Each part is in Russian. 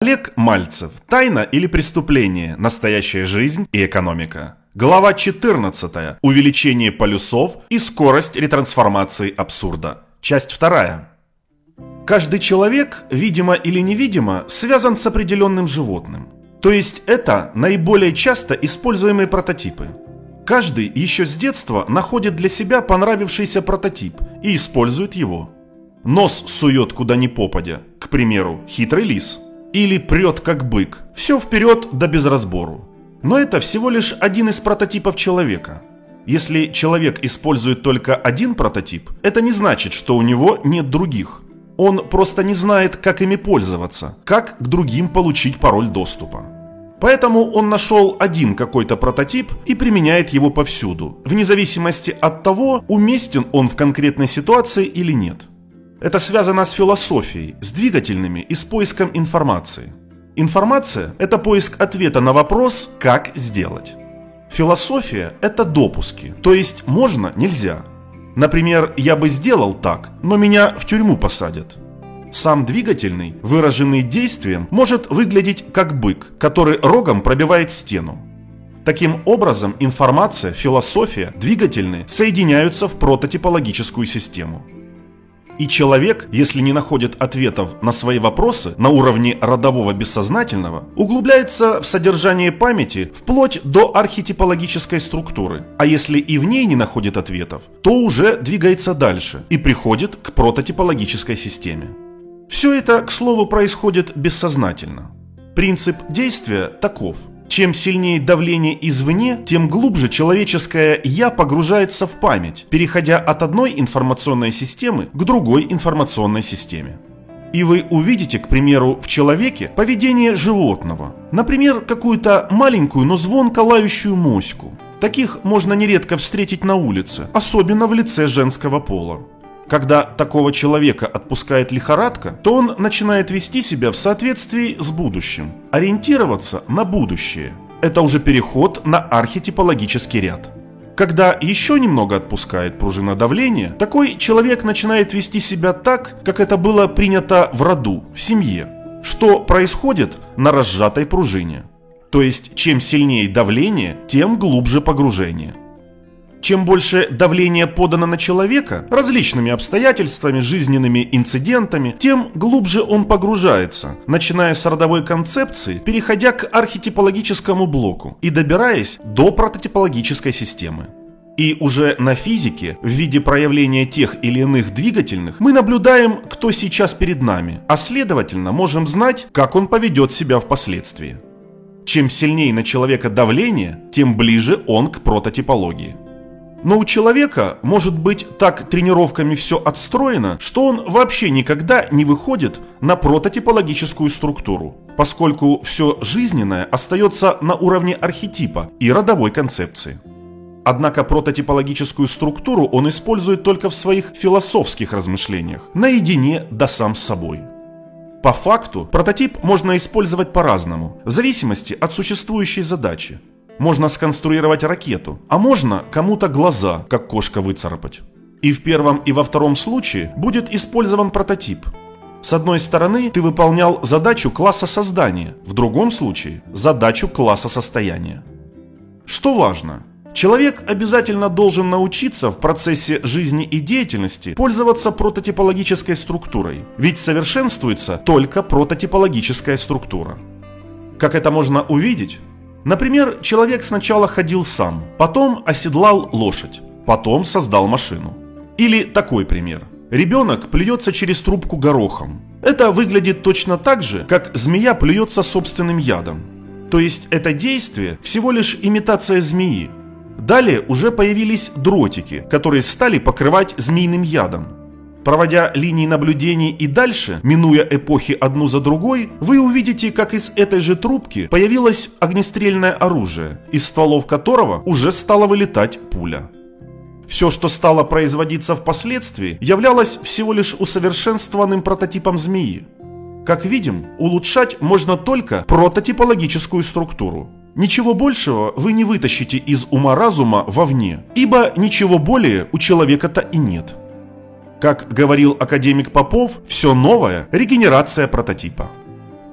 Олег Мальцев. Тайна или преступление? Настоящая жизнь и экономика. Глава 14. Увеличение полюсов и скорость ретрансформации абсурда. Часть 2. Каждый человек, видимо или невидимо, связан с определенным животным. То есть это наиболее часто используемые прототипы. Каждый еще с детства находит для себя понравившийся прототип и использует его. Нос сует куда ни попадя, к примеру, хитрый лис. Или прет как бык, все вперед да без разбору. Но это всего лишь один из прототипов человека. Если человек использует только один прототип, это не значит, что у него нет других. Он просто не знает, как ими пользоваться, как к другим получить пароль доступа. Поэтому он нашел один какой-то прототип и применяет его повсюду, вне зависимости от того, уместен он в конкретной ситуации или нет. Это связано с философией, с двигательными и с поиском информации. Информация – это поиск ответа на вопрос «как сделать?». Философия – это допуски, то есть можно, нельзя. Например, я бы сделал так, но меня в тюрьму посадят. Сам двигательный, выраженный действием, может выглядеть как бык, который рогом пробивает стену. Таким образом, информация, философия, двигательные соединяются в прототипологическую систему. И человек, если не находит ответов на свои вопросы на уровне родового бессознательного, углубляется в содержание памяти вплоть до архетипологической структуры. А если и в ней не находит ответов, то уже двигается дальше и приходит к прототипологической системе. Все это, к слову, происходит бессознательно. Принцип действия таков. Чем сильнее давление извне, тем глубже человеческое «я» погружается в память, переходя от одной информационной системы к другой информационной системе. И вы увидите, к примеру, в человеке поведение животного. Например, какую-то маленькую, но звонко лающую моську. Таких можно нередко встретить на улице, особенно в лице женского пола. Когда такого человека отпускает лихорадка, то он начинает вести себя в соответствии с будущим, ориентироваться на будущее. Это уже переход на архетипологический ряд. Когда еще немного отпускает пружина давления, такой человек начинает вести себя так, как это было принято в роду, в семье, что происходит на разжатой пружине. То есть, чем сильнее давление, тем глубже погружение. Чем больше давления подано на человека различными обстоятельствами, жизненными инцидентами, тем глубже он погружается, начиная с родовой концепции, переходя к архетипологическому блоку и добираясь до прототипологической системы. И уже на физике, в виде проявления тех или иных двигательных, мы наблюдаем, кто сейчас перед нами, а следовательно можем знать, как он поведет себя впоследствии. Чем сильнее на человека давление, тем ближе он к прототипологии. Но у человека может быть так тренировками все отстроено, что он вообще никогда не выходит на прототипологическую структуру, поскольку все жизненное остается на уровне архетипа и родовой концепции. Однако прототипологическую структуру он использует только в своих философских размышлениях, наедине да сам с собой. По факту прототип можно использовать по-разному, в зависимости от существующей задачи. Можно сконструировать ракету, а можно кому-то глаза, как кошка, выцарапать. И в первом, и во втором случае будет использован прототип. С одной стороны, ты выполнял задачу класса создания, в другом случае – задачу класса состояния. Что важно? Человек обязательно должен научиться в процессе жизни и деятельности пользоваться прототипологической структурой, ведь совершенствуется только прототипологическая структура. Как это можно увидеть? Например, человек сначала ходил сам, потом оседлал лошадь, потом создал машину. Или такой пример. Ребенок плюется через трубку горохом. Это выглядит точно так же, как змея плюется собственным ядом. То есть это действие всего лишь имитация змеи. Далее уже появились дротики, которые стали покрывать змеиным ядом. Проводя линии наблюдений и дальше, минуя эпохи одну за другой, вы увидите, как из этой же трубки появилось огнестрельное оружие, из стволов которого уже стала вылетать пуля. Все, что стало производиться впоследствии, являлось всего лишь усовершенствованным прототипом змеи. Как видим, улучшать можно только прототипологическую структуру. Ничего большего вы не вытащите из ума-разума вовне, ибо ничего более у человека-то и нет. Как говорил академик Попов, все новое – регенерация прототипа.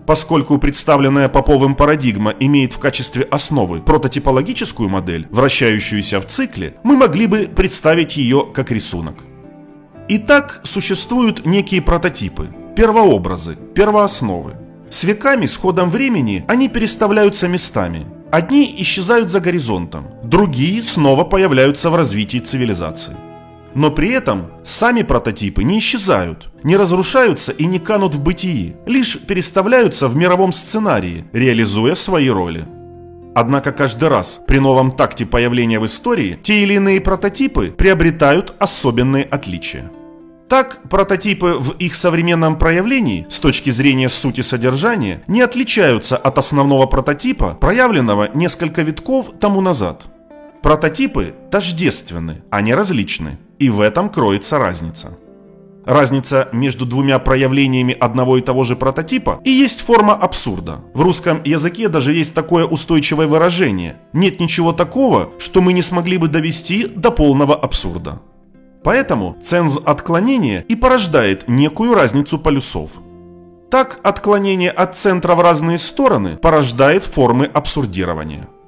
Поскольку представленная Поповым парадигма имеет в качестве основы прототипологическую модель, вращающуюся в цикле, мы могли бы представить ее как рисунок. Итак, существуют некие прототипы, первообразы, первоосновы. С веками, с ходом времени, они переставляются местами. Одни исчезают за горизонтом, другие снова появляются в развитии цивилизации. Но при этом сами прототипы не исчезают, не разрушаются и не канут в бытии, лишь переставляются в мировом сценарии, реализуя свои роли. Однако каждый раз при новом такте появления в истории те или иные прототипы приобретают особенные отличия. Так, прототипы в их современном проявлении, с точки зрения сути содержания, не отличаются от основного прототипа, проявленного несколько веков тому назад. Прототипы тождественны, а не различны, и в этом кроется разница. Разница между двумя проявлениями одного и того же прототипа и есть форма абсурда. В русском языке даже есть такое устойчивое выражение: «Нет ничего такого, что мы не смогли бы довести до полного абсурда». Поэтому ценз отклонения и порождает некую разницу полюсов. Так, отклонение от центра в разные стороны порождает формы абсурдирования.